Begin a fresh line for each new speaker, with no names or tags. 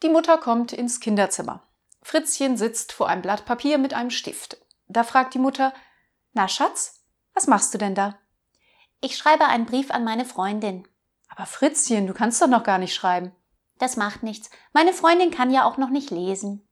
Die Mutter kommt ins Kinderzimmer. Fritzchen sitzt vor einem Blatt Papier mit einem Stift. Da fragt die Mutter: »Na, Schatz, was machst du denn da?«
»Ich schreibe einen Brief an meine Freundin.«
»Aber Fritzchen, du kannst doch noch gar nicht schreiben.«
»Das macht nichts. Meine Freundin kann ja auch noch nicht lesen.«